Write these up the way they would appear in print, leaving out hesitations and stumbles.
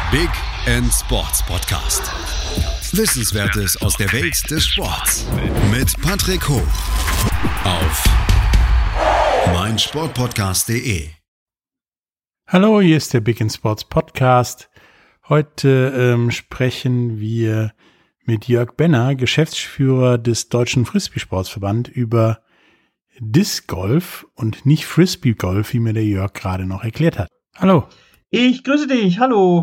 Big End Sports Podcast. Wissenswertes aus der Welt des Sports mit Patrick Hoch auf meinsportpodcast.de. Hallo, hier ist der Big End Sports Podcast. Heute sprechen wir mit Jörg Benner, Geschäftsführer des Deutschen Frisbee-Sportsverband, über Disc Golf und nicht Frisbee Golf, wie mir der Jörg gerade noch erklärt hat. Hallo. Ich grüße dich, hallo.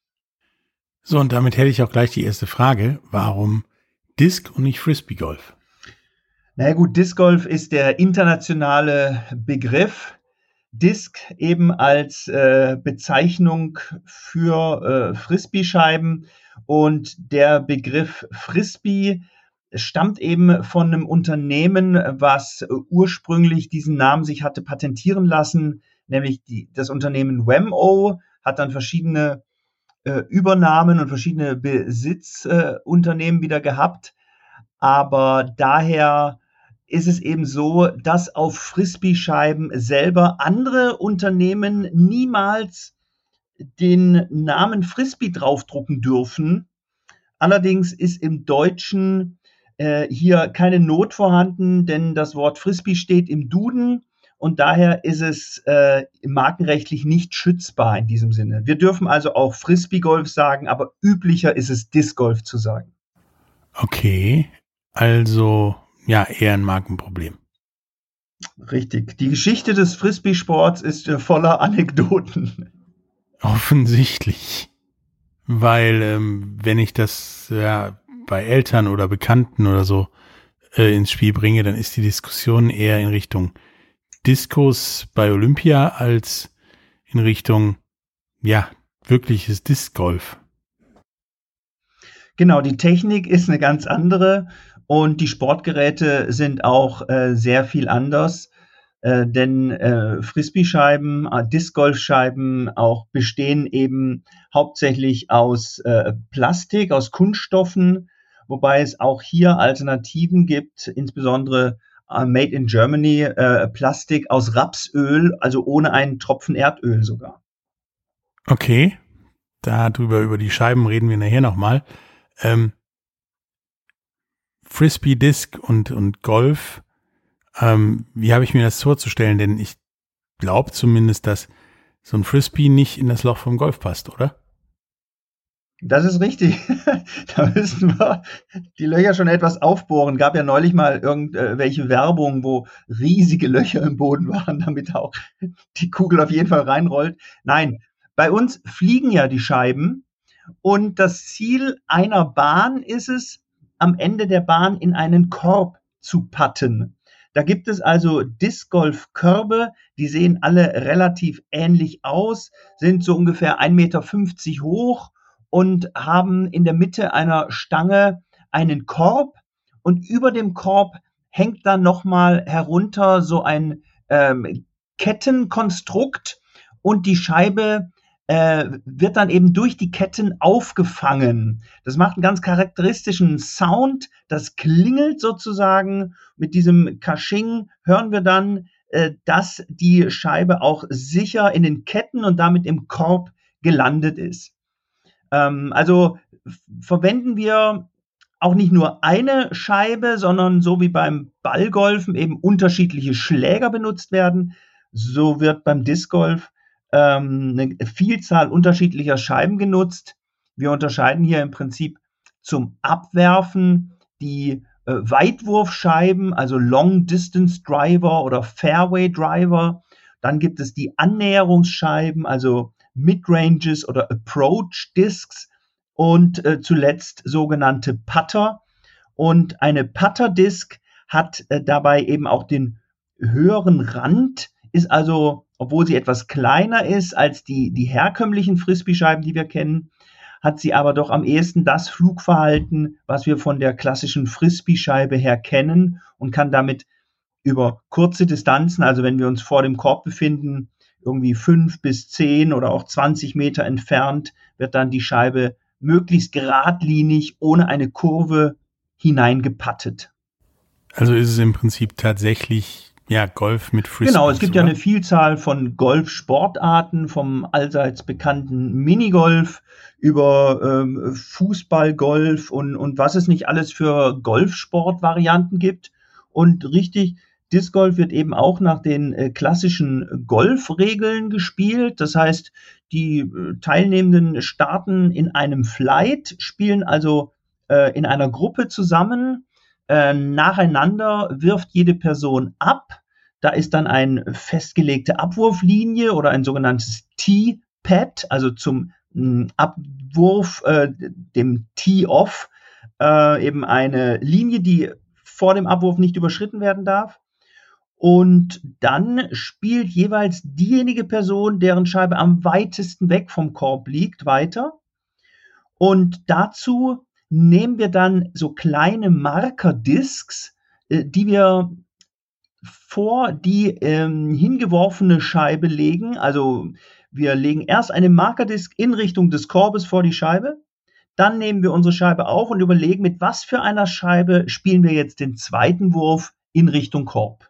So, und damit hätte ich auch gleich die erste Frage. Warum Disc und nicht Frisbee Golf? Na ja, gut, Disc Golf ist der internationale Begriff. Disc eben als Bezeichnung für Frisbee-Scheiben, und der Begriff Frisbee stammt eben von einem Unternehmen, was ursprünglich diesen Namen sich hatte patentieren lassen, nämlich das Unternehmen Wham-O, hat dann verschiedene Übernahmen und verschiedene Besitzunternehmen wieder gehabt. Aber daher ist es eben so, dass auf Frisbee-Scheiben selber andere Unternehmen niemals den Namen Frisbee draufdrucken dürfen. Allerdings ist im Deutschen hier keine Not vorhanden, denn das Wort Frisbee steht im Duden. Und daher ist es markenrechtlich nicht schützbar in diesem Sinne. Wir dürfen also auch Frisbee-Golf sagen, aber üblicher ist es Disc-Golf zu sagen. Okay, also ja, eher ein Markenproblem. Richtig. Die Geschichte des Frisbee-Sports ist voller Anekdoten. Offensichtlich. Weil wenn ich das bei Eltern oder Bekannten oder so ins Spiel bringe, dann ist die Diskussion eher in Richtung Diskus bei Olympia als in Richtung, wirkliches Disc-Golf. Genau, die Technik ist eine ganz andere und die Sportgeräte sind auch sehr viel anders, denn Frisbee-Scheiben, Disc-Golf-Scheiben auch bestehen eben hauptsächlich aus Plastik, aus Kunststoffen, wobei es auch hier Alternativen gibt, insbesondere Made in Germany, Plastik aus Rapsöl, also ohne einen Tropfen Erdöl sogar. Okay, über die Scheiben reden wir nachher nochmal. Frisbee, Disc und Golf, wie habe ich mir das vorzustellen? Denn ich glaube zumindest, dass so ein Frisbee nicht in das Loch vom Golf passt, oder? Das ist richtig. Da müssen wir die Löcher schon etwas aufbohren. Gab ja neulich mal irgendwelche Werbung, wo riesige Löcher im Boden waren, damit auch die Kugel auf jeden Fall reinrollt. Nein, bei uns fliegen ja die Scheiben und das Ziel einer Bahn ist es, am Ende der Bahn in einen Korb zu putten. Da gibt es also Disc-Golf-Körbe, die sehen alle relativ ähnlich aus, sind so ungefähr 1,50 Meter hoch und haben in der Mitte einer Stange einen Korb, und über dem Korb hängt dann nochmal herunter so ein Kettenkonstrukt, und die Scheibe wird dann eben durch die Ketten aufgefangen. Das macht einen ganz charakteristischen Sound, das klingelt sozusagen. Mit diesem Kasching hören wir dann, dass die Scheibe auch sicher in den Ketten und damit im Korb gelandet ist. Also verwenden wir auch nicht nur eine Scheibe, sondern so wie beim Ballgolfen eben unterschiedliche Schläger benutzt werden, so wird beim Discgolf eine Vielzahl unterschiedlicher Scheiben genutzt. Wir unterscheiden hier im Prinzip zum Abwerfen die Weitwurfscheiben, also Long Distance Driver oder Fairway Driver. Dann gibt es die Annäherungsscheiben, also Midranges oder Approach Discs, und zuletzt sogenannte Putter. Und eine Putter-Disc hat dabei eben auch den höheren Rand, ist also, obwohl sie etwas kleiner ist als die herkömmlichen Frisbee-Scheiben, die wir kennen, hat sie aber doch am ehesten das Flugverhalten, was wir von der klassischen Frisbee-Scheibe her kennen, und kann damit über kurze Distanzen, also wenn wir uns vor dem Korb befinden, irgendwie 5 bis 10 oder auch 20 Meter entfernt, wird dann die Scheibe möglichst geradlinig ohne eine Kurve hineingepattet. Also ist es im Prinzip tatsächlich ja, Golf mit Frisbees. Genau, es gibt ja oder? eine Vielzahl von Golfsportarten, vom allseits bekannten Minigolf über Fußballgolf und was es nicht alles für Golfsportvarianten gibt. Und richtig, Disc Golf wird eben auch nach den klassischen Golfregeln gespielt. Das heißt, die Teilnehmenden starten in einem Flight, spielen also in einer Gruppe zusammen. Nacheinander wirft jede Person ab. Da ist dann eine festgelegte Abwurflinie oder ein sogenanntes Tee-Pad, also zum Abwurf, dem Tee-Off, eben eine Linie, die vor dem Abwurf nicht überschritten werden darf. Und dann spielt jeweils diejenige Person, deren Scheibe am weitesten weg vom Korb liegt, weiter. Und dazu nehmen wir dann so kleine Markerdiscs, die wir vor die hingeworfene Scheibe legen. Also wir legen erst eine Markerdisk in Richtung des Korbes vor die Scheibe. Dann nehmen wir unsere Scheibe auf und überlegen, mit was für einer Scheibe spielen wir jetzt den zweiten Wurf in Richtung Korb.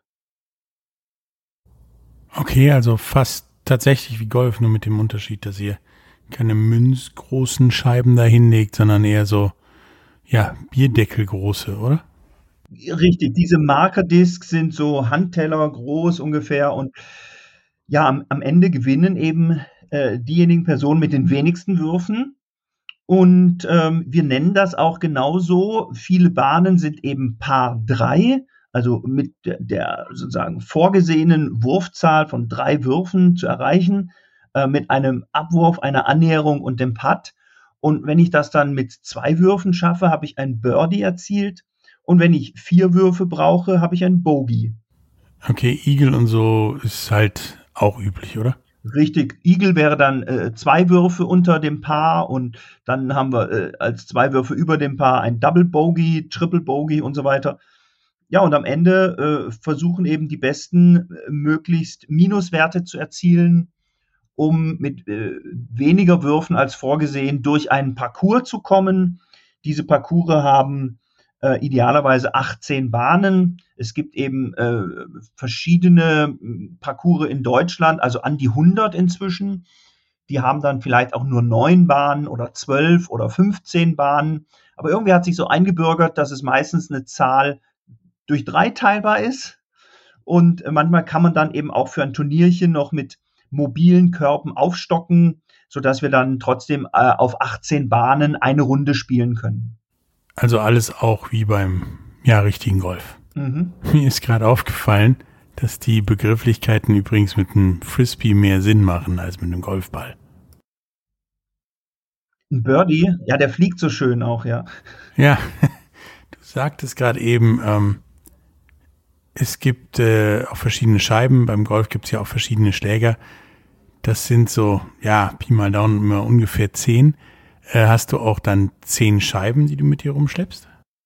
Okay, also fast tatsächlich wie Golf, nur mit dem Unterschied, dass ihr keine münzgroßen Scheiben da hinlegt, sondern eher so, ja, Bierdeckelgroße, oder? Richtig, diese Markerdiscs sind so Handteller groß ungefähr und ja, am Ende gewinnen eben diejenigen Personen mit den wenigsten Würfen. Und wir nennen das auch genauso. Viele Bahnen sind eben Paar 3, also mit der sozusagen vorgesehenen Wurfzahl von 3 Würfen zu erreichen, mit einem Abwurf, einer Annäherung und dem Putt. Und wenn ich das dann mit 2 Würfen schaffe, habe ich ein Birdie erzielt. Und wenn ich 4 Würfe brauche, habe ich ein Bogey. Okay, Igel und so ist halt auch üblich, oder? Richtig, Igel wäre dann 2 Würfe unter dem Paar und dann haben wir als 2 Würfe über dem Paar ein Double Bogey, Triple Bogey und so weiter. Ja, und am Ende versuchen eben die Besten möglichst Minuswerte zu erzielen, um mit weniger Würfen als vorgesehen durch einen Parcours zu kommen. Diese Parcours haben idealerweise 18 Bahnen. Es gibt eben verschiedene Parcours in Deutschland, also an die 100 inzwischen. Die haben dann vielleicht auch nur 9 Bahnen oder 12 oder 15 Bahnen. Aber irgendwie hat sich so eingebürgert, dass es meistens eine Zahl durch 3 teilbar ist. Und manchmal kann man dann eben auch für ein Turnierchen noch mit mobilen Körben aufstocken, sodass wir dann trotzdem auf 18 Bahnen eine Runde spielen können. Also alles auch wie beim, ja, richtigen Golf. Mhm. Mir ist gerade aufgefallen, dass die Begrifflichkeiten übrigens mit einem Frisbee mehr Sinn machen als mit einem Golfball. Ein Birdie, ja, der fliegt so schön auch, ja. Ja, du sagtest gerade eben, es gibt auch verschiedene Scheiben. Beim Golf gibt es ja auch verschiedene Schläger. Das sind so, ja, Pi mal Daumen immer ungefähr 10. Hast du auch dann 10 Scheiben, die du mit dir rumschleppst?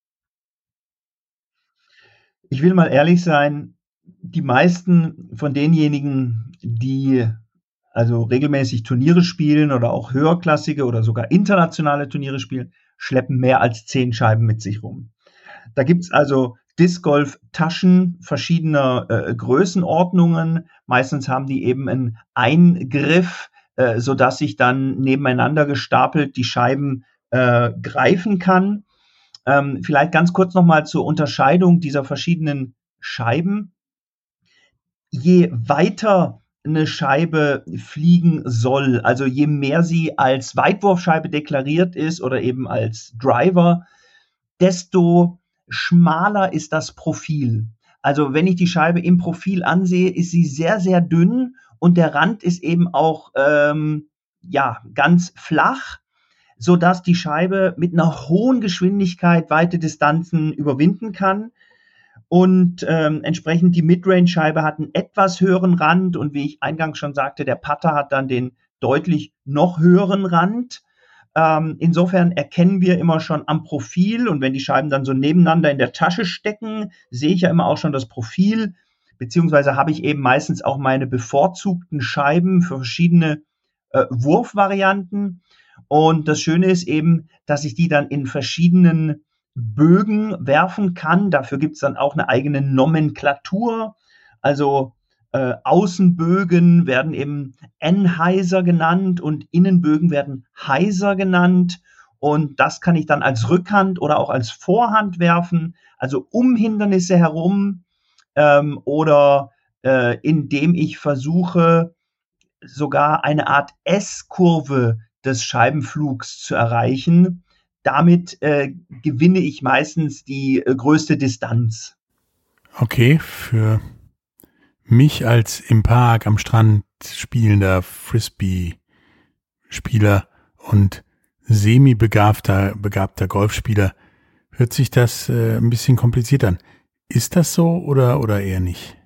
Ich will mal ehrlich sein, die meisten von denjenigen, die also regelmäßig Turniere spielen oder auch höherklassige oder sogar internationale Turniere spielen, schleppen mehr als 10 Scheiben mit sich rum. Da gibt's also Disc Golf Taschen verschiedener Größenordnungen. Meistens haben die eben einen Eingriff, sodass ich dann nebeneinander gestapelt die Scheiben greifen kann. Vielleicht ganz kurz nochmal zur Unterscheidung dieser verschiedenen Scheiben. Je weiter eine Scheibe fliegen soll, also je mehr sie als Weitwurfscheibe deklariert ist oder eben als Driver, desto schmaler ist das Profil. Also wenn ich die Scheibe im Profil ansehe, ist sie sehr, sehr dünn und der Rand ist eben auch ganz flach, sodass die Scheibe mit einer hohen Geschwindigkeit weite Distanzen überwinden kann. Und entsprechend die Midrange-Scheibe hat einen etwas höheren Rand und wie ich eingangs schon sagte, der Putter hat dann den deutlich noch höheren Rand. Insofern erkennen wir immer schon am Profil und wenn die Scheiben dann so nebeneinander in der Tasche stecken, sehe ich ja immer auch schon das Profil, beziehungsweise habe ich eben meistens auch meine bevorzugten Scheiben für verschiedene Wurfvarianten. Und das Schöne ist eben, dass ich die dann in verschiedenen Bögen werfen kann. Dafür gibt es dann auch eine eigene Nomenklatur. Also Außenbögen werden eben Anheuser genannt und Innenbögen werden Heiser genannt. Und das kann ich dann als Rückhand oder auch als Vorhand werfen, also um Hindernisse herum oder indem ich versuche, sogar eine Art S-Kurve des Scheibenflugs zu erreichen. Damit gewinne ich meistens die größte Distanz. Okay, für mich als im Park am Strand spielender Frisbee-Spieler und begabter Golfspieler hört sich das ein bisschen kompliziert an. Ist das so oder eher nicht?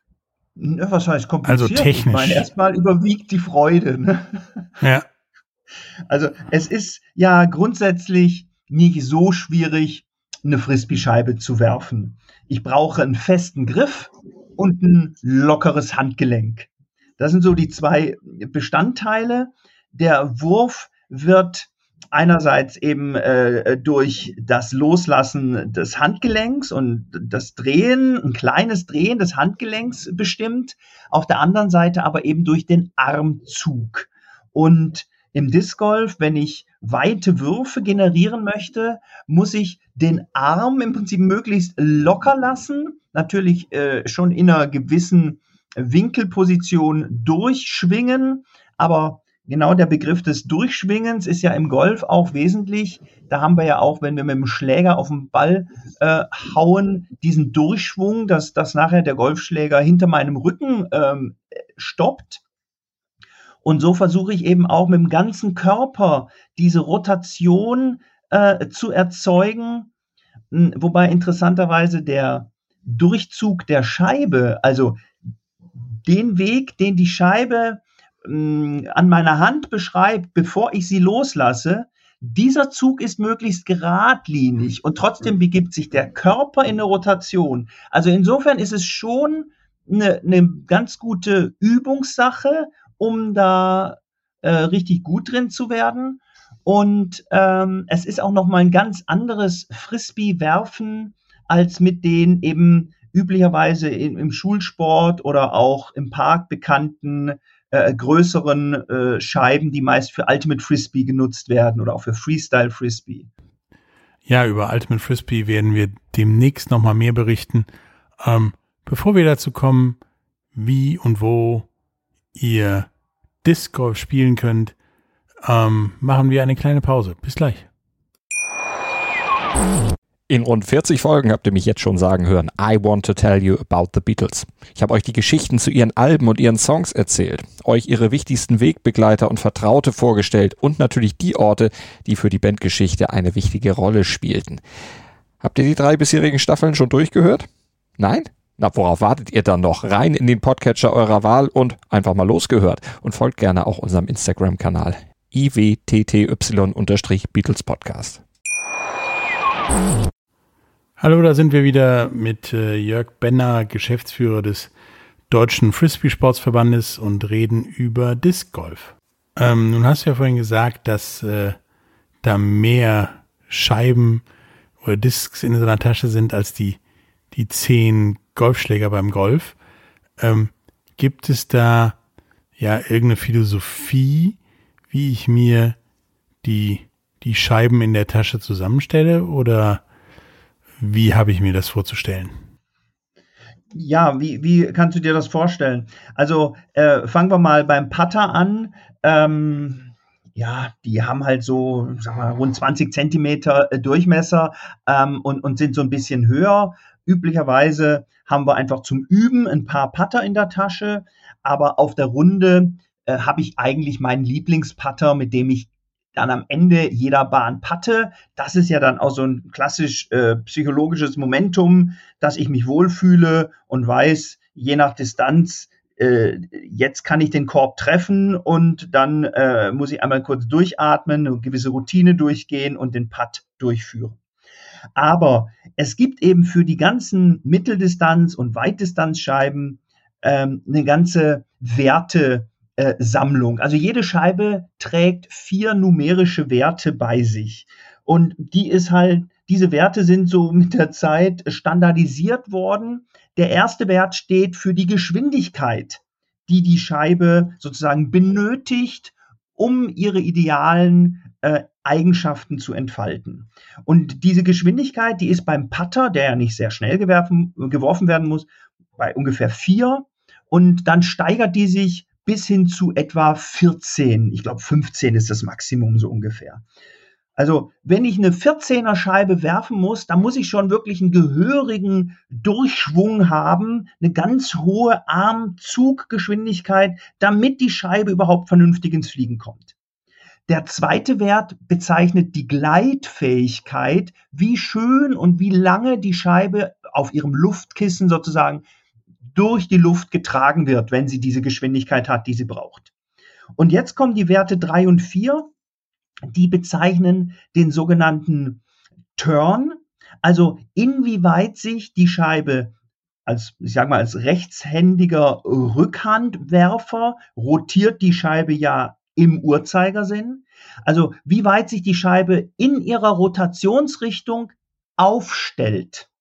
Was heißt kompliziert? Also technisch. Ich meine, erstmal überwiegt die Freude. Ne? Ja. Also es ist ja grundsätzlich nicht so schwierig, eine Frisbee-Scheibe zu werfen. Ich brauche einen festen Griff und ein lockeres Handgelenk. Das sind so die zwei Bestandteile. Der Wurf wird einerseits eben durch das Loslassen des Handgelenks und das Drehen, ein kleines Drehen des Handgelenks bestimmt, auf der anderen Seite aber eben durch den Armzug. Und im Disc Golf, wenn ich weite Würfe generieren möchte, muss ich den Arm im Prinzip möglichst locker lassen, natürlich schon in einer gewissen Winkelposition durchschwingen, aber genau der Begriff des Durchschwingens ist ja im Golf auch wesentlich. Da haben wir ja auch, wenn wir mit dem Schläger auf den Ball hauen, diesen Durchschwung, dass nachher der Golfschläger hinter meinem Rücken stoppt. Und so versuche ich eben auch mit dem ganzen Körper diese Rotation zu erzeugen, wobei interessanterweise der Durchzug der Scheibe, also den Weg, den die Scheibe an meiner Hand beschreibt, bevor ich sie loslasse, dieser Zug ist möglichst geradlinig und trotzdem begibt sich der Körper in eine Rotation. Also insofern ist es schon eine ganz gute Übungssache, um da richtig gut drin zu werden. Und es ist auch nochmal ein ganz anderes Frisbee-Werfen als mit den eben üblicherweise im Schulsport oder auch im Park bekannten größeren Scheiben, die meist für Ultimate Frisbee genutzt werden oder auch für Freestyle Frisbee. Ja, über Ultimate Frisbee werden wir demnächst nochmal mehr berichten. Bevor wir dazu kommen, wie und wo ihr Disc Golf spielen könnt, machen wir eine kleine Pause. Bis gleich. In rund 40 Folgen habt ihr mich jetzt schon sagen hören, I want to tell you about the Beatles. Ich habe euch die Geschichten zu ihren Alben und ihren Songs erzählt, euch ihre wichtigsten Wegbegleiter und Vertraute vorgestellt und natürlich die Orte, die für die Bandgeschichte eine wichtige Rolle spielten. Habt ihr die 3 bisherigen Staffeln schon durchgehört? Nein? Na, worauf wartet ihr dann noch? Rein in den Podcatcher eurer Wahl und einfach mal losgehört. Und folgt gerne auch unserem Instagram-Kanal iwtty_Beatles Podcast. Hallo, da sind wir wieder mit Jörg Benner, Geschäftsführer des Deutschen Frisbee-Sportsverbandes und reden über Disc Golf. Nun hast du ja vorhin gesagt, dass da mehr Scheiben oder Discs in so einer Tasche sind als die 10 Golfschläger beim Golf. Gibt es da ja irgendeine Philosophie, wie ich mir die Scheiben in der Tasche zusammenstelle oder wie habe ich mir das vorzustellen? Ja, wie kannst du dir das vorstellen? Also fangen wir mal beim Putter an. Ja, die haben halt so, sag mal, rund 20 Zentimeter Durchmesser und sind so ein bisschen höher. Üblicherweise haben wir einfach zum Üben ein paar Putter in der Tasche, aber auf der Runde habe ich eigentlich meinen Lieblingsputter, mit dem ich dann am Ende jeder Bahn putte. Das ist ja dann auch so ein klassisch psychologisches Momentum, dass ich mich wohlfühle und weiß, je nach Distanz, jetzt kann ich den Korb treffen und dann muss ich einmal kurz durchatmen, eine gewisse Routine durchgehen und den Putt durchführen. Aber es gibt eben für die ganzen Mitteldistanz- und Weitdistanzscheiben eine ganze Wertesammlung. Also jede Scheibe trägt 4 numerische Werte bei sich. Und diese Werte sind so mit der Zeit standardisiert worden, der erste Wert steht für die Geschwindigkeit, die die Scheibe sozusagen benötigt, um ihre idealen Eigenschaften zu entfalten. Und diese Geschwindigkeit, die ist beim Putter, der ja nicht sehr schnell geworfen werden muss, bei ungefähr 4. Und dann steigert die sich bis hin zu etwa 14. Ich glaube, 15 ist das Maximum so ungefähr. Also wenn ich eine 14er Scheibe werfen muss, dann muss ich schon wirklich einen gehörigen Durchschwung haben, eine ganz hohe Armzuggeschwindigkeit, damit die Scheibe überhaupt vernünftig ins Fliegen kommt. Der zweite Wert bezeichnet die Gleitfähigkeit, wie schön und wie lange die Scheibe auf ihrem Luftkissen sozusagen durch die Luft getragen wird, wenn sie diese Geschwindigkeit hat, die sie braucht. Und jetzt kommen die Werte 3 und 4, die bezeichnen den sogenannten Turn, also inwieweit sich die Scheibe als rechtshändiger Rückhandwerfer rotiert die Scheibe ja im Uhrzeigersinn. Also wie weit sich die Scheibe in ihrer Rotationsrichtung aufstellt.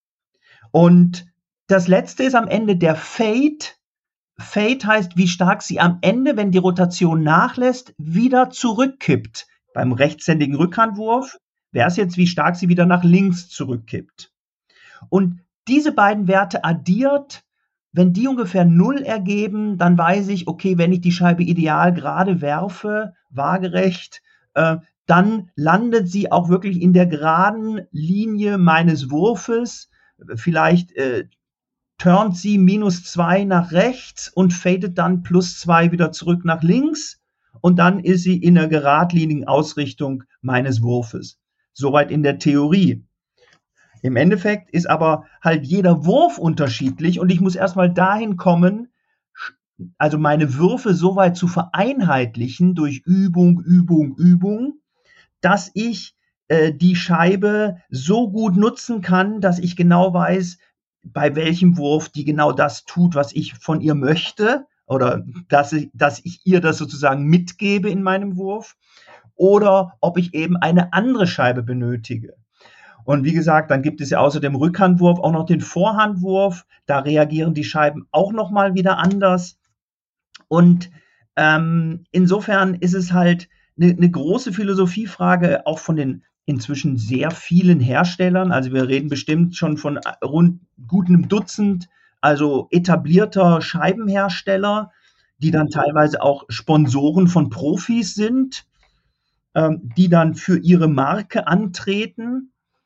Und das letzte ist am Ende der Fade. Fade heißt, wie stark sie am Ende, wenn die Rotation nachlässt, wieder zurückkippt. Beim rechtshändigen Rückhandwurf wäre es jetzt, wie stark sie wieder nach links zurückkippt. Und diese beiden Werte addiert, wenn die ungefähr 0 ergeben, dann weiß ich, okay, wenn ich die Scheibe ideal gerade werfe, waagerecht, dann landet sie auch wirklich in der geraden Linie meines Wurfes. Vielleicht turnt sie -2 nach rechts und fadet dann +2 wieder zurück nach links. Und dann ist sie in der geradlinigen Ausrichtung meines Wurfes. Soweit in der Theorie. Im Endeffekt ist aber halt jeder Wurf unterschiedlich und ich muss erstmal dahin kommen, also meine Würfe so weit zu vereinheitlichen durch Übung, dass ich die Scheibe so gut nutzen kann, dass ich genau weiß, bei welchem Wurf die genau das tut, was ich von ihr möchte, oder dass ich ihr das sozusagen mitgebe in meinem Wurf, oder ob ich eben eine andere Scheibe benötige. Und wie gesagt, dann gibt es ja außer dem Rückhandwurf auch noch den Vorhandwurf. Da reagieren die Scheiben auch nochmal wieder anders. Und insofern ist es halt eine große Philosophiefrage, auch von den inzwischen sehr vielen Herstellern. Also wir reden bestimmt schon von rund gut einem Dutzend, also etablierter Scheibenhersteller, die dann teilweise auch Sponsoren von Profis sind, die dann für ihre Marke antreten.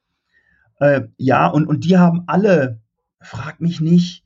Und die haben alle, frag mich nicht,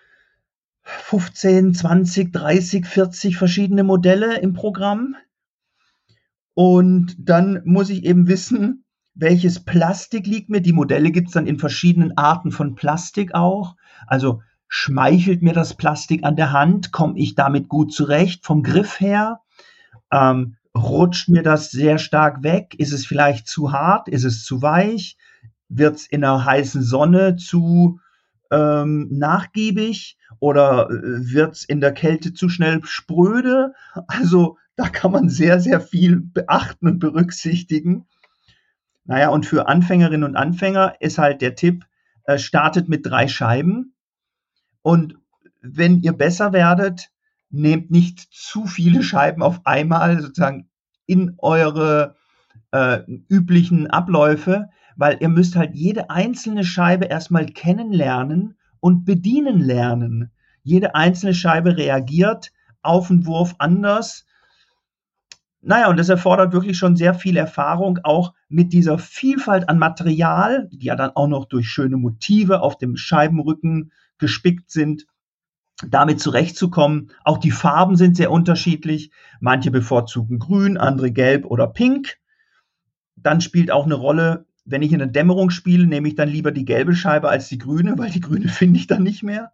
15, 20, 30, 40 verschiedene Modelle im Programm. Und dann muss ich eben wissen, welches Plastik liegt mir. Die Modelle gibt es dann in verschiedenen Arten von Plastik auch. Also schmeichelt mir das Plastik an der Hand? Komme ich damit gut zurecht vom Griff her? Rutscht mir das sehr stark weg? Ist es vielleicht zu hart? Ist es zu weich? Wird es in einer heißen Sonne zu nachgiebig oder wird es in der Kälte zu schnell spröde? Also da kann man sehr, sehr viel beachten und berücksichtigen. Naja, und für Anfängerinnen und Anfänger ist halt der Tipp, startet mit 3 Scheiben. Und wenn ihr besser werdet, nehmt nicht zu viele Scheiben auf einmal sozusagen in eure üblichen Abläufe, weil ihr müsst halt jede einzelne Scheibe erstmal kennenlernen und bedienen lernen. Jede einzelne Scheibe reagiert auf den Wurf anders. Naja, und das erfordert wirklich schon sehr viel Erfahrung, auch mit dieser Vielfalt an Material, die ja dann auch noch durch schöne Motive auf dem Scheibenrücken gespickt sind, damit zurechtzukommen. Auch die Farben sind sehr unterschiedlich. Manche bevorzugen grün, andere gelb oder pink. Dann spielt auch eine Rolle, wenn ich in der Dämmerung spiele, nehme ich dann lieber die gelbe Scheibe als die grüne, weil die grüne finde ich dann nicht mehr.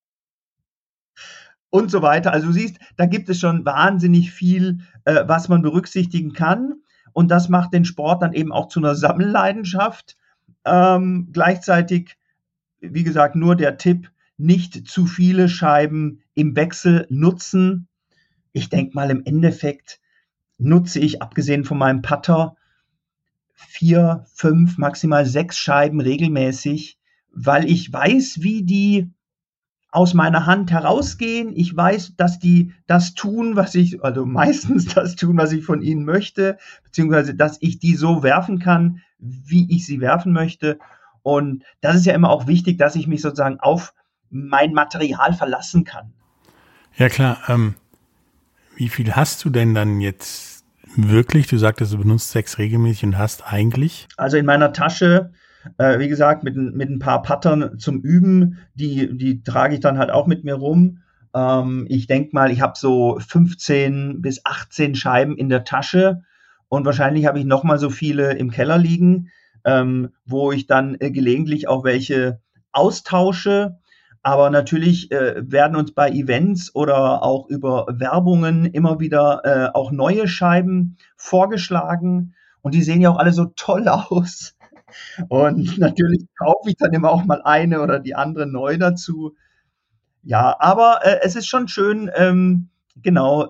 Und so weiter. Also du siehst, da gibt es schon wahnsinnig viel, was man berücksichtigen kann. Und das macht den Sport dann eben auch zu einer Sammelleidenschaft. Gleichzeitig, wie gesagt, nur der Tipp, nicht zu viele Scheiben im Wechsel nutzen. Ich denke mal, im Endeffekt nutze ich, abgesehen von meinem Putter, 4, 5, maximal 6 Scheiben regelmäßig, weil ich weiß, wie die aus meiner Hand herausgehen. Ich weiß, dass die das tun, also meistens das tun, was ich von ihnen möchte, beziehungsweise, dass ich die so werfen kann, wie ich sie werfen möchte. Und das ist ja immer auch wichtig, dass ich mich sozusagen auf mein Material verlassen kann. Ja, klar. Wie viel hast du denn dann jetzt wirklich? Du sagtest, du benutzt 6 regelmäßig und hast eigentlich? Also in meiner Tasche, wie gesagt, mit ein paar Pattern zum Üben, die trage ich dann halt auch mit mir rum. Ich denke mal, ich habe so 15 bis 18 Scheiben in der Tasche und wahrscheinlich habe ich noch mal so viele im Keller liegen, wo ich dann gelegentlich auch welche austausche. Aber natürlich werden uns bei Events oder auch über Werbungen immer wieder auch neue Scheiben vorgeschlagen und die sehen ja auch alle so toll aus. Und natürlich kaufe ich dann immer auch mal eine oder die andere neu dazu. Ja, aber es ist schon schön, genau,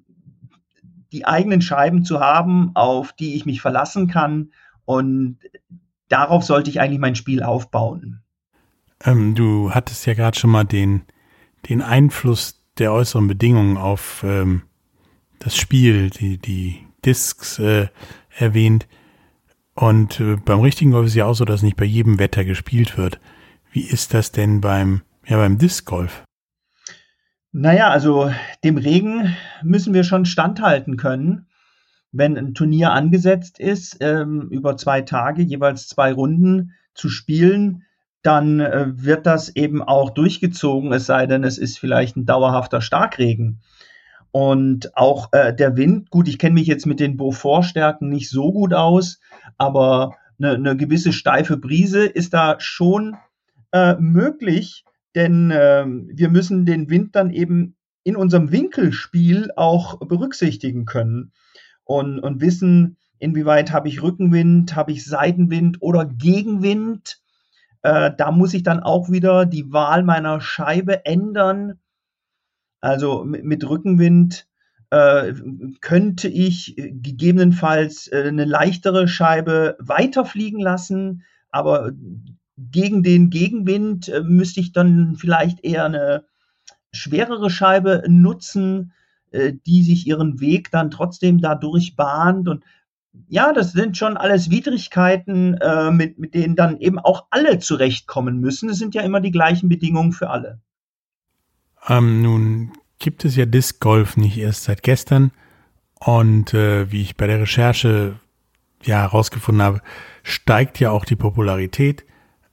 die eigenen Scheiben zu haben, auf die ich mich verlassen kann. Und darauf sollte ich eigentlich mein Spiel aufbauen. Du hattest ja gerade schon mal den Einfluss der äußeren Bedingungen auf das Spiel, die Discs erwähnt. Und beim richtigen Golf ist es ja auch so, dass nicht bei jedem Wetter gespielt wird. Wie ist das denn beim Disc Golf? Naja, also dem Regen müssen wir schon standhalten können. Wenn ein Turnier angesetzt ist, über 2 Tage, jeweils 2 Runden zu spielen, dann wird das eben auch durchgezogen, es sei denn, es ist vielleicht ein dauerhafter Starkregen. Und auch der Wind, gut, ich kenne mich jetzt mit den Beaufort-Stärken nicht so gut aus, aber eine gewisse steife Brise ist da schon möglich, denn wir müssen den Wind dann eben in unserem Winkelspiel auch berücksichtigen können und wissen, inwieweit habe ich Rückenwind, habe ich Seitenwind oder Gegenwind. Da muss ich dann auch wieder die Wahl meiner Scheibe ändern. Also mit Rückenwind könnte ich gegebenenfalls eine leichtere Scheibe weiterfliegen lassen, aber gegen den Gegenwind müsste ich dann vielleicht eher eine schwerere Scheibe nutzen, die sich ihren Weg dann trotzdem dadurch bahnt. Und ja, das sind schon alles Widrigkeiten, mit denen dann eben auch alle zurechtkommen müssen. Es sind ja immer die gleichen Bedingungen für alle. Nun gibt es ja Disc Golf nicht erst seit gestern und wie ich bei der Recherche herausgefunden habe, steigt ja auch die Popularität.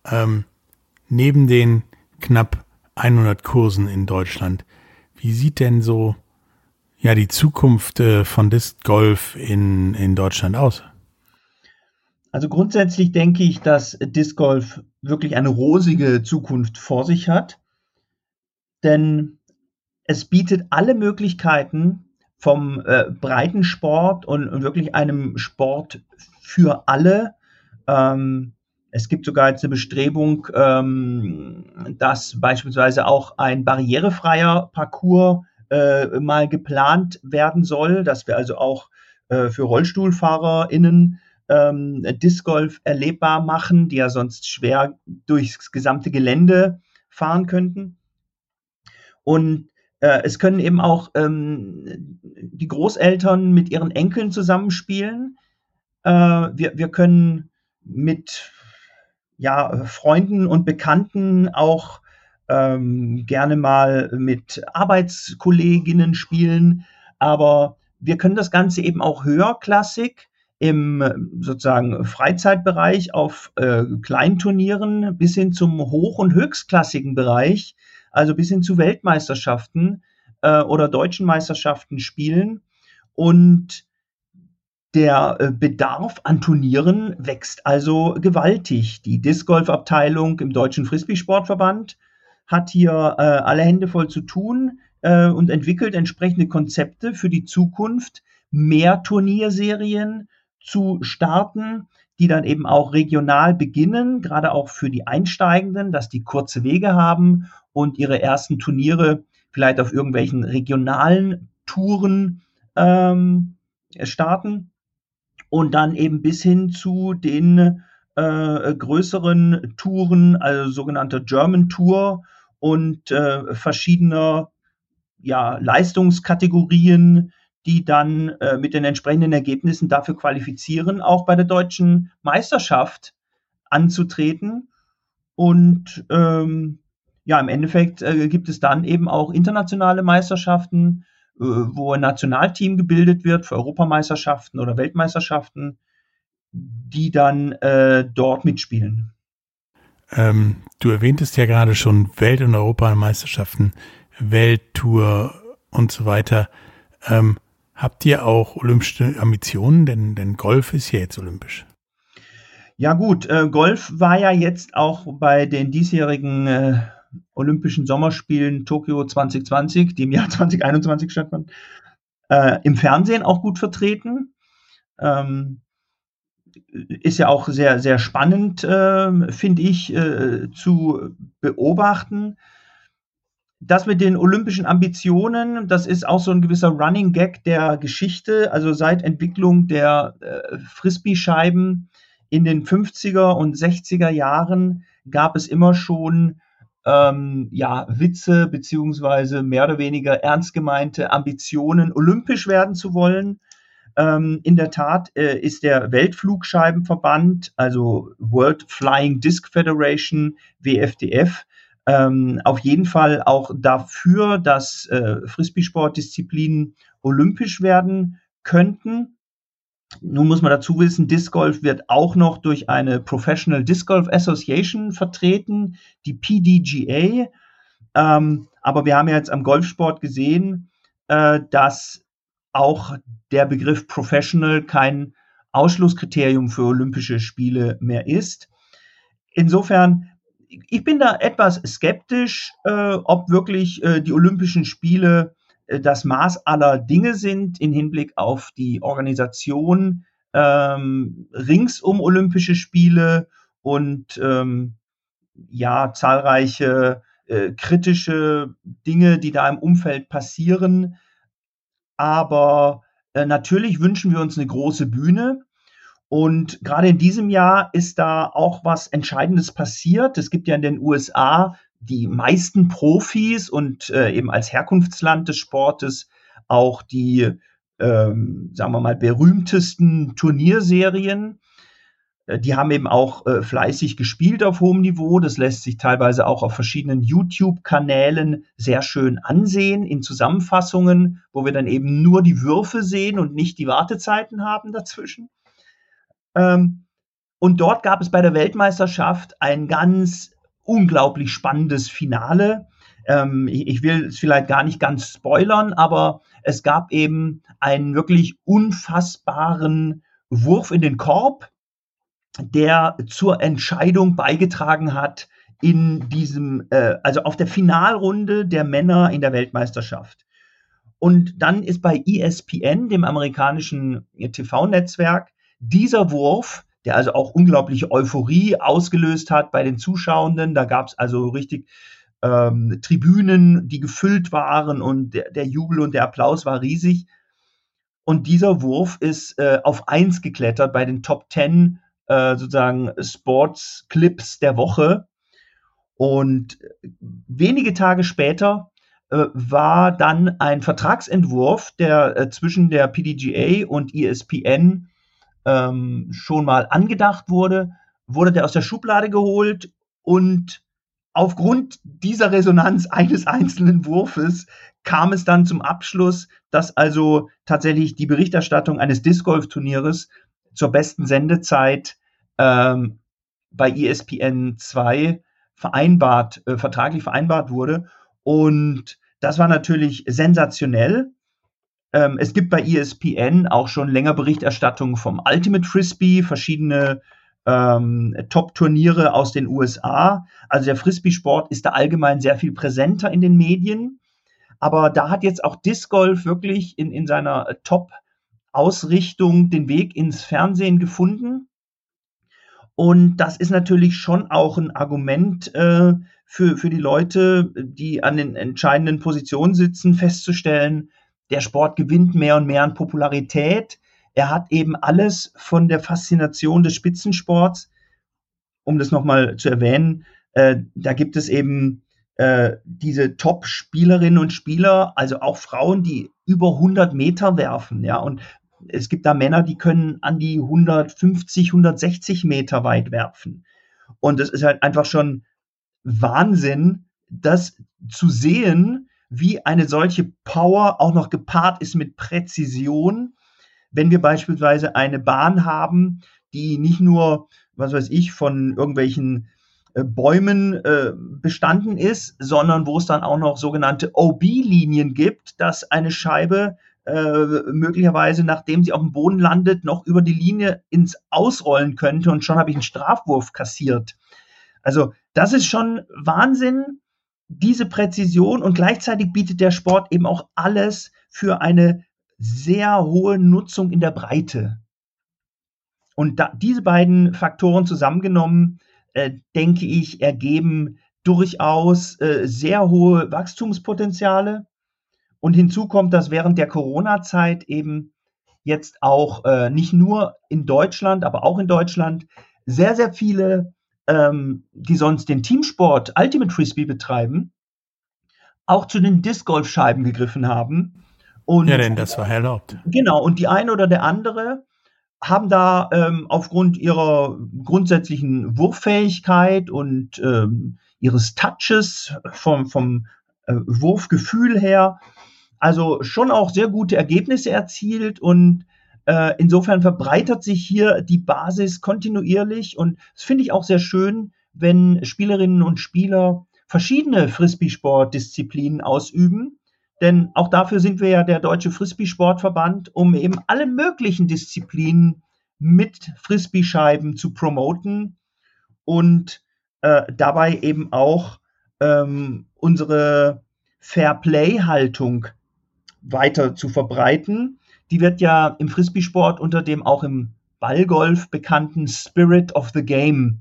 Neben den knapp 100 Kursen in Deutschland, wie sieht denn so die Zukunft von Disc Golf in Deutschland aus? Also grundsätzlich denke ich, dass Disc Golf wirklich eine rosige Zukunft vor sich hat, denn es bietet alle Möglichkeiten vom Breitensport und wirklich einem Sport für alle. Es gibt sogar jetzt eine Bestrebung, dass beispielsweise auch ein barrierefreier Parcours mal geplant werden soll, dass wir also auch für RollstuhlfahrerInnen Disc Golf erlebbar machen, die ja sonst schwer durchs gesamte Gelände fahren könnten. Und es können eben auch die Großeltern mit ihren Enkeln zusammenspielen. Wir können mit Freunden und Bekannten auch gerne mal mit Arbeitskolleginnen spielen, aber wir können das Ganze eben auch höherklassig im sozusagen Freizeitbereich auf Kleinturnieren bis hin zum hoch- und höchstklassigen Bereich, also bis hin zu Weltmeisterschaften oder deutschen Meisterschaften spielen. Und der Bedarf an Turnieren wächst also gewaltig. Die Disc-Golf-Abteilung im Deutschen Frisbee-Sportverband hat hier alle Hände voll zu tun und entwickelt entsprechende Konzepte für die Zukunft, mehr Turnierserien zu starten, die dann eben auch regional beginnen, gerade auch für die Einsteigenden, dass die kurze Wege haben und ihre ersten Turniere vielleicht auf irgendwelchen regionalen Touren starten und dann eben bis hin zu den größeren Touren, also sogenannter German Tour und verschiedener Leistungskategorien, die dann mit den entsprechenden Ergebnissen dafür qualifizieren, auch bei der deutschen Meisterschaft anzutreten. Und im Endeffekt gibt es dann eben auch internationale Meisterschaften, wo ein Nationalteam gebildet wird für Europameisterschaften oder Weltmeisterschaften, die dann dort mitspielen. Du erwähntest ja gerade schon Welt- und Europameisterschaften, Welttour und so weiter. Habt ihr auch olympische Ambitionen? Denn Golf ist ja jetzt olympisch. Ja gut, Golf war ja jetzt auch bei den diesjährigen Olympischen Sommerspielen Tokio 2020, die im Jahr 2021 stattfanden, im Fernsehen auch gut vertreten. Ist ja auch sehr, sehr spannend, finde ich, zu beobachten. Das mit den olympischen Ambitionen, das ist auch so ein gewisser Running Gag der Geschichte. Also seit Entwicklung der Frisbee-Scheiben in den 50er und 60er Jahren gab es immer schon Witze beziehungsweise mehr oder weniger ernst gemeinte Ambitionen, olympisch werden zu wollen. In der Tat ist der Weltflugscheibenverband, also World Flying Disc Federation, WFDF, auf jeden Fall auch dafür, dass Frisbee-Sportdisziplinen olympisch werden könnten. Nun muss man dazu wissen, Disc Golf wird auch noch durch eine Professional Disc Golf Association vertreten, die PDGA. Aber wir haben ja jetzt am Golfsport gesehen, dass auch der Begriff Professional kein Ausschlusskriterium für Olympische Spiele mehr ist. Insofern, ich bin da etwas skeptisch, ob wirklich die Olympischen Spiele das Maß aller Dinge sind im Hinblick auf die Organisation rings um Olympische Spiele und zahlreiche kritische Dinge, die da im Umfeld passieren. Aber natürlich wünschen wir uns eine große Bühne. Und gerade in diesem Jahr ist da auch was Entscheidendes passiert. Es gibt ja in den USA die meisten Profis und eben als Herkunftsland des Sportes auch die, sagen wir mal, berühmtesten Turnierserien. Die haben eben auch fleißig gespielt auf hohem Niveau. Das lässt sich teilweise auch auf verschiedenen YouTube-Kanälen sehr schön ansehen in Zusammenfassungen, wo wir dann eben nur die Würfe sehen und nicht die Wartezeiten haben dazwischen. Und dort gab es bei der Weltmeisterschaft ein ganz unglaublich spannendes Finale. Ich will es vielleicht gar nicht ganz spoilern, aber es gab eben einen wirklich unfassbaren Wurf in den Korb, der zur Entscheidung beigetragen hat in diesem, also auf der Finalrunde der Männer in der Weltmeisterschaft. Und dann ist bei ESPN, dem amerikanischen TV-Netzwerk, dieser Wurf, der also auch unglaubliche Euphorie ausgelöst hat bei den Zuschauenden, da gab es also richtig Tribünen, die gefüllt waren und der Jubel und der Applaus war riesig. Und dieser Wurf ist auf 1 geklettert bei den Top 10 sozusagen Sports-Clips der Woche. Und wenige Tage später war dann ein Vertragsentwurf, der zwischen der PDGA und ESPN schon mal angedacht wurde der aus der Schublade geholt und aufgrund dieser Resonanz eines einzelnen Wurfes kam es dann zum Abschluss, dass also tatsächlich die Berichterstattung eines Disc-Golf-Turnieres zur besten Sendezeit bei ESPN 2 vertraglich vereinbart wurde. Und das war natürlich sensationell. Es gibt bei ESPN auch schon länger Berichterstattung vom Ultimate Frisbee, verschiedene Top-Turniere aus den USA. Also der Frisbee-Sport ist da allgemein sehr viel präsenter in den Medien. Aber da hat jetzt auch Disc Golf wirklich in seiner Top-Ausrichtung den Weg ins Fernsehen gefunden. Und das ist natürlich schon auch ein Argument für die Leute, die an den entscheidenden Positionen sitzen, festzustellen, der Sport gewinnt mehr und mehr an Popularität. Er hat eben alles von der Faszination des Spitzensports um das nochmal zu erwähnen, da gibt es eben diese Top-Spielerinnen und Spieler, also auch Frauen, die über 100 Meter werfen, ja, und es gibt da Männer, die können an die 150, 160 Meter weit werfen. Und es ist halt einfach schon Wahnsinn, das zu sehen, wie eine solche Power auch noch gepaart ist mit Präzision. Wenn wir beispielsweise eine Bahn haben, die nicht nur, was weiß ich, von irgendwelchen Bäumen bestanden ist, sondern wo es dann auch noch sogenannte OB-Linien gibt, dass eine Scheibe möglicherweise, nachdem sie auf dem Boden landet, noch über die Linie ins Ausrollen könnte und schon habe ich einen Strafwurf kassiert. Also das ist schon Wahnsinn, diese Präzision, und gleichzeitig bietet der Sport eben auch alles für eine sehr hohe Nutzung in der Breite. Und diese beiden Faktoren zusammengenommen, denke ich, ergeben durchaus sehr hohe Wachstumspotenziale. Und hinzu kommt, dass während der Corona-Zeit eben jetzt auch nicht nur in Deutschland, aber auch in Deutschland sehr, sehr viele, die sonst den Teamsport Ultimate Frisbee betreiben, auch zu den Disc-Golf-Scheiben gegriffen haben. Und ja, denn das war erlaubt. Genau, und die eine oder der andere haben da aufgrund ihrer grundsätzlichen Wurffähigkeit und ihres Touches vom Wurfgefühl her, also schon auch sehr gute Ergebnisse erzielt, und insofern verbreitert sich hier die Basis kontinuierlich, und das finde ich auch sehr schön, wenn Spielerinnen und Spieler verschiedene Frisbee-Sport-Disziplinen ausüben, denn auch dafür sind wir ja der Deutsche Frisbee-Sportverband, um eben alle möglichen Disziplinen mit Frisbee-Scheiben zu promoten und dabei eben auch unsere Fair-Play-Haltung weiter zu verbreiten. Die wird ja im Frisbee-Sport unter dem auch im Ballgolf bekannten Spirit of the Game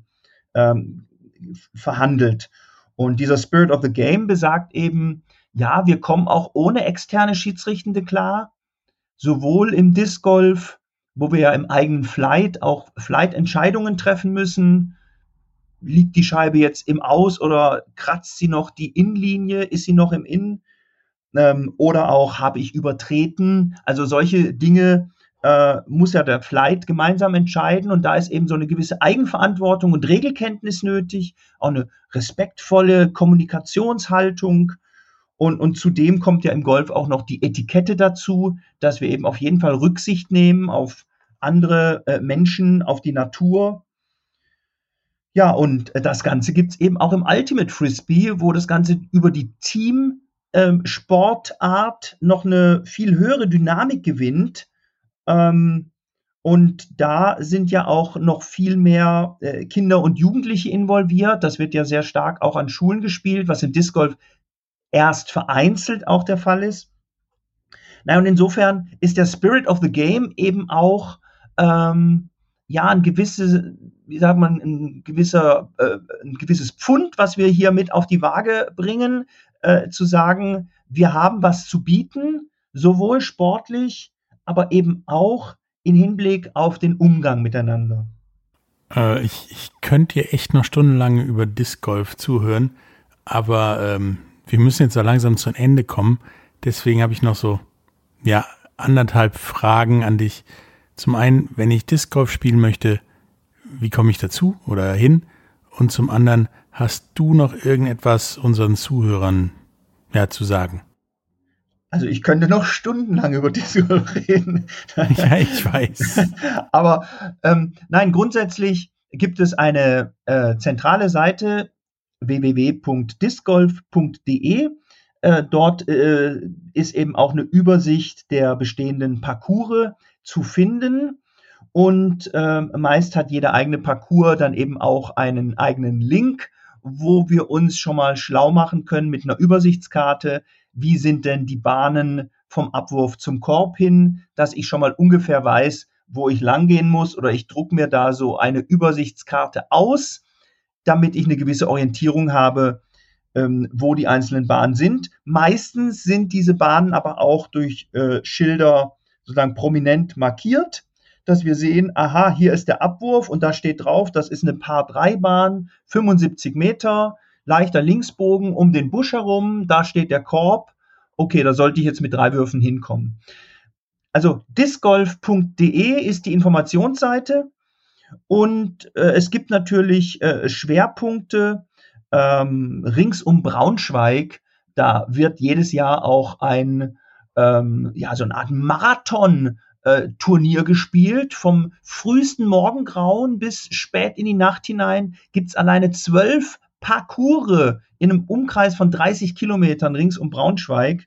verhandelt. Und dieser Spirit of the Game besagt eben, ja, wir kommen auch ohne externe Schiedsrichtende klar, sowohl im Disc Golf, wo wir ja im eigenen Flight auch Flight-Entscheidungen treffen müssen. Liegt die Scheibe jetzt im Aus oder kratzt sie noch die Innenlinie? Ist sie noch im Innen? Oder auch, habe ich übertreten? Also solche Dinge muss ja der Flight gemeinsam entscheiden, und da ist eben so eine gewisse Eigenverantwortung und Regelkenntnis nötig, auch eine respektvolle Kommunikationshaltung, und zudem kommt ja im Golf auch noch die Etikette dazu, dass wir eben auf jeden Fall Rücksicht nehmen auf andere Menschen, auf die Natur. Ja, und das Ganze gibt es eben auch im Ultimate Frisbee, wo das Ganze über die Team-Sportart noch eine viel höhere Dynamik gewinnt. Und da sind ja auch noch viel mehr Kinder und Jugendliche involviert. Das wird ja sehr stark auch an Schulen gespielt, was im Disc Golf erst vereinzelt auch der Fall ist. Und insofern ist der Spirit of the Game eben auch ein gewisses Pfund, was wir hier mit auf die Waage bringen, zu sagen, wir haben was zu bieten, sowohl sportlich, aber eben auch in Hinblick auf den Umgang miteinander. Ich könnte hier echt noch stundenlang über Disc Golf zuhören, aber wir müssen jetzt so langsam zu einem Ende kommen. Deswegen habe ich noch so 1,5 Fragen an dich. Zum einen, wenn ich Disc Golf spielen möchte, wie komme ich dazu oder hin? Und zum anderen, hast du noch irgendetwas unseren Zuhörern zu sagen? Also ich könnte noch stundenlang über Disc Golf reden. Ja, ich weiß. Aber nein, grundsätzlich gibt es eine zentrale Seite, www.discgolf.de. Dort ist eben auch eine Übersicht der bestehenden Parcours zu finden, und meist hat jeder eigene Parcours dann eben auch einen eigenen Link, wo wir uns schon mal schlau machen können mit einer Übersichtskarte. Wie sind denn die Bahnen vom Abwurf zum Korb hin, dass ich schon mal ungefähr weiß, wo ich langgehen muss, oder ich drucke mir da so eine Übersichtskarte aus, damit ich eine gewisse Orientierung habe, wo die einzelnen Bahnen sind. Meistens sind diese Bahnen aber auch durch Schilder sozusagen prominent markiert. dass wir sehen, aha, hier ist der Abwurf und da steht drauf, das ist eine Par-3-Bahn, 75 Meter, leichter Linksbogen um den Busch herum, da steht der Korb. Okay, da sollte ich jetzt mit 3 Würfen hinkommen. Also discgolf.de ist die Informationsseite und es gibt natürlich Schwerpunkte rings um Braunschweig. Da wird jedes Jahr auch so eine Art Marathon-Turnier gespielt. Vom frühesten Morgengrauen bis spät in die Nacht hinein gibt es alleine 12 Parcours in einem Umkreis von 30 Kilometern rings um Braunschweig,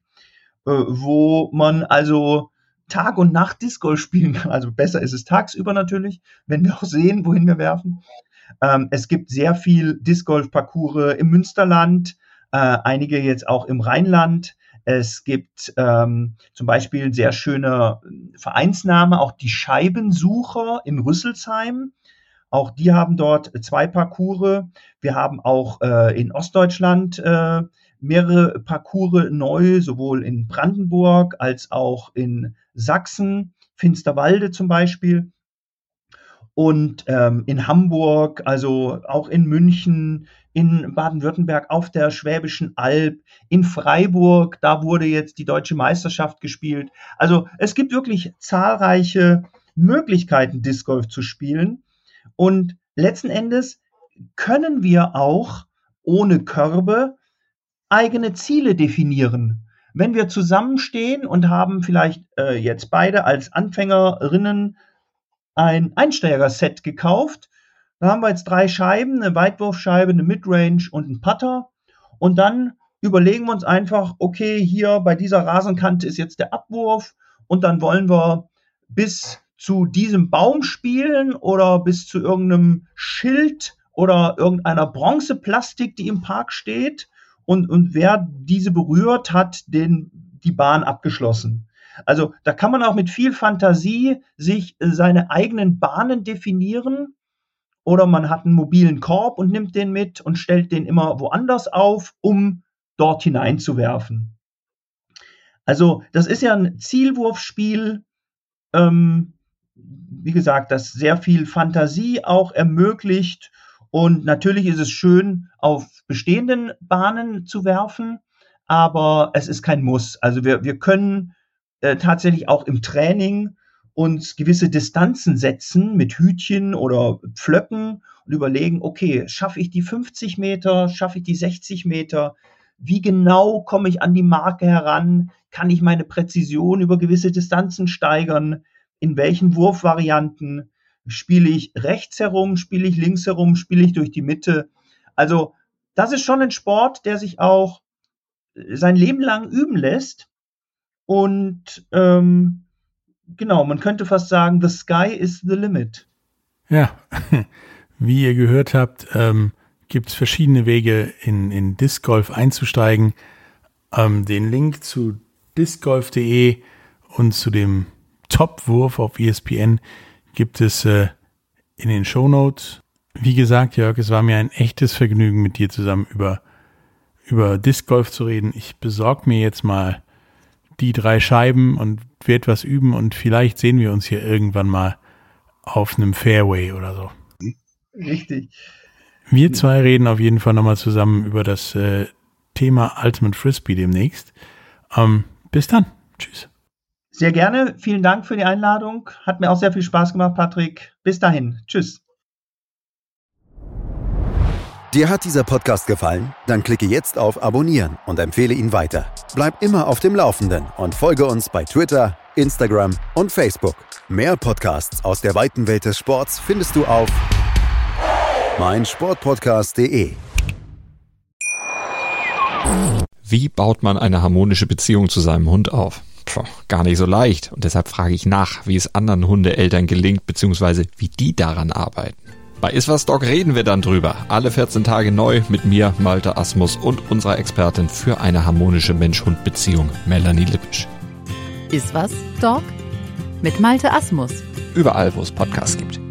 wo man also Tag und Nacht Disc Golf spielen kann. Also besser ist es tagsüber natürlich, wenn wir auch sehen, wohin wir werfen. Es gibt sehr viel Disc Golf Parcours im Münsterland, einige jetzt auch im Rheinland. Es gibt zum Beispiel ein sehr schöner Vereinsname, auch die Scheibensucher in Rüsselsheim. Auch die haben dort 2 Parcours. Wir haben auch in Ostdeutschland mehrere Parcours neu, sowohl in Brandenburg als auch in Sachsen, Finsterwalde zum Beispiel. Und in Hamburg, also auch in München, in Baden-Württemberg auf der Schwäbischen Alb, in Freiburg, da wurde jetzt die Deutsche Meisterschaft gespielt. Also es gibt wirklich zahlreiche Möglichkeiten, Disc Golf zu spielen. Und letzten Endes können wir auch ohne Körbe eigene Ziele definieren. Wenn wir zusammenstehen und haben vielleicht jetzt beide als Anfängerinnen ein Einsteigerset gekauft, da haben wir jetzt 3 Scheiben, eine Weitwurfscheibe, eine Midrange und einen Putter. Und dann überlegen wir uns einfach, okay, hier bei dieser Rasenkante ist jetzt der Abwurf und dann wollen wir bis zu diesem Baum spielen oder bis zu irgendeinem Schild oder irgendeiner Bronzeplastik, die im Park steht. Und wer diese berührt, hat die Bahn abgeschlossen. Also da kann man auch mit viel Fantasie sich seine eigenen Bahnen definieren. Oder man hat einen mobilen Korb und nimmt den mit und stellt den immer woanders auf, um dort hineinzuwerfen. Also das ist ja ein Zielwurfspiel, wie gesagt, das sehr viel Fantasie auch ermöglicht. Und natürlich ist es schön, auf bestehenden Bahnen zu werfen, aber es ist kein Muss. Also wir können tatsächlich auch im Training uns gewisse Distanzen setzen mit Hütchen oder Pflöcken und überlegen, okay, schaffe ich die 50 Meter, schaffe ich die 60 Meter? Wie genau komme ich an die Marke heran? Kann ich meine Präzision über gewisse Distanzen steigern? In welchen Wurfvarianten? Spiele ich rechts herum, spiele ich links herum, spiele ich durch die Mitte? Also das ist schon ein Sport, der sich auch sein Leben lang üben lässt. Und genau, man könnte fast sagen, the sky is the limit. Ja, wie ihr gehört habt, gibt es verschiedene Wege, in Disc Golf einzusteigen. Den Link zu discgolf.de und zu dem Topwurf auf ESPN gibt es in den Shownotes. Wie gesagt, Jörg, es war mir ein echtes Vergnügen, mit dir zusammen über Disc Golf zu reden. Ich besorge mir jetzt mal die 3 Scheiben und werde was üben und vielleicht sehen wir uns hier irgendwann mal auf einem Fairway oder so. Richtig. Wir 2 reden auf jeden Fall nochmal zusammen über das Thema Ultimate Frisbee demnächst. Bis dann. Tschüss. Sehr gerne. Vielen Dank für die Einladung. Hat mir auch sehr viel Spaß gemacht, Patrick. Bis dahin. Tschüss. Dir hat dieser Podcast gefallen? Dann klicke jetzt auf Abonnieren und empfehle ihn weiter. Bleib immer auf dem Laufenden und folge uns bei Twitter, Instagram und Facebook. Mehr Podcasts aus der weiten Welt des Sports findest du auf meinsportpodcast.de. Wie baut man eine harmonische Beziehung zu seinem Hund auf? Gar nicht so leicht. Und deshalb frage ich nach, wie es anderen Hundeeltern gelingt, beziehungsweise wie die daran arbeiten. Bei Iswas Dog reden wir dann drüber. Alle 14 Tage neu mit mir, Malte Asmus und unserer Expertin für eine harmonische Mensch-Hund-Beziehung, Melanie Lippisch. Iswas Dog mit Malte Asmus. Überall, wo es Podcasts gibt.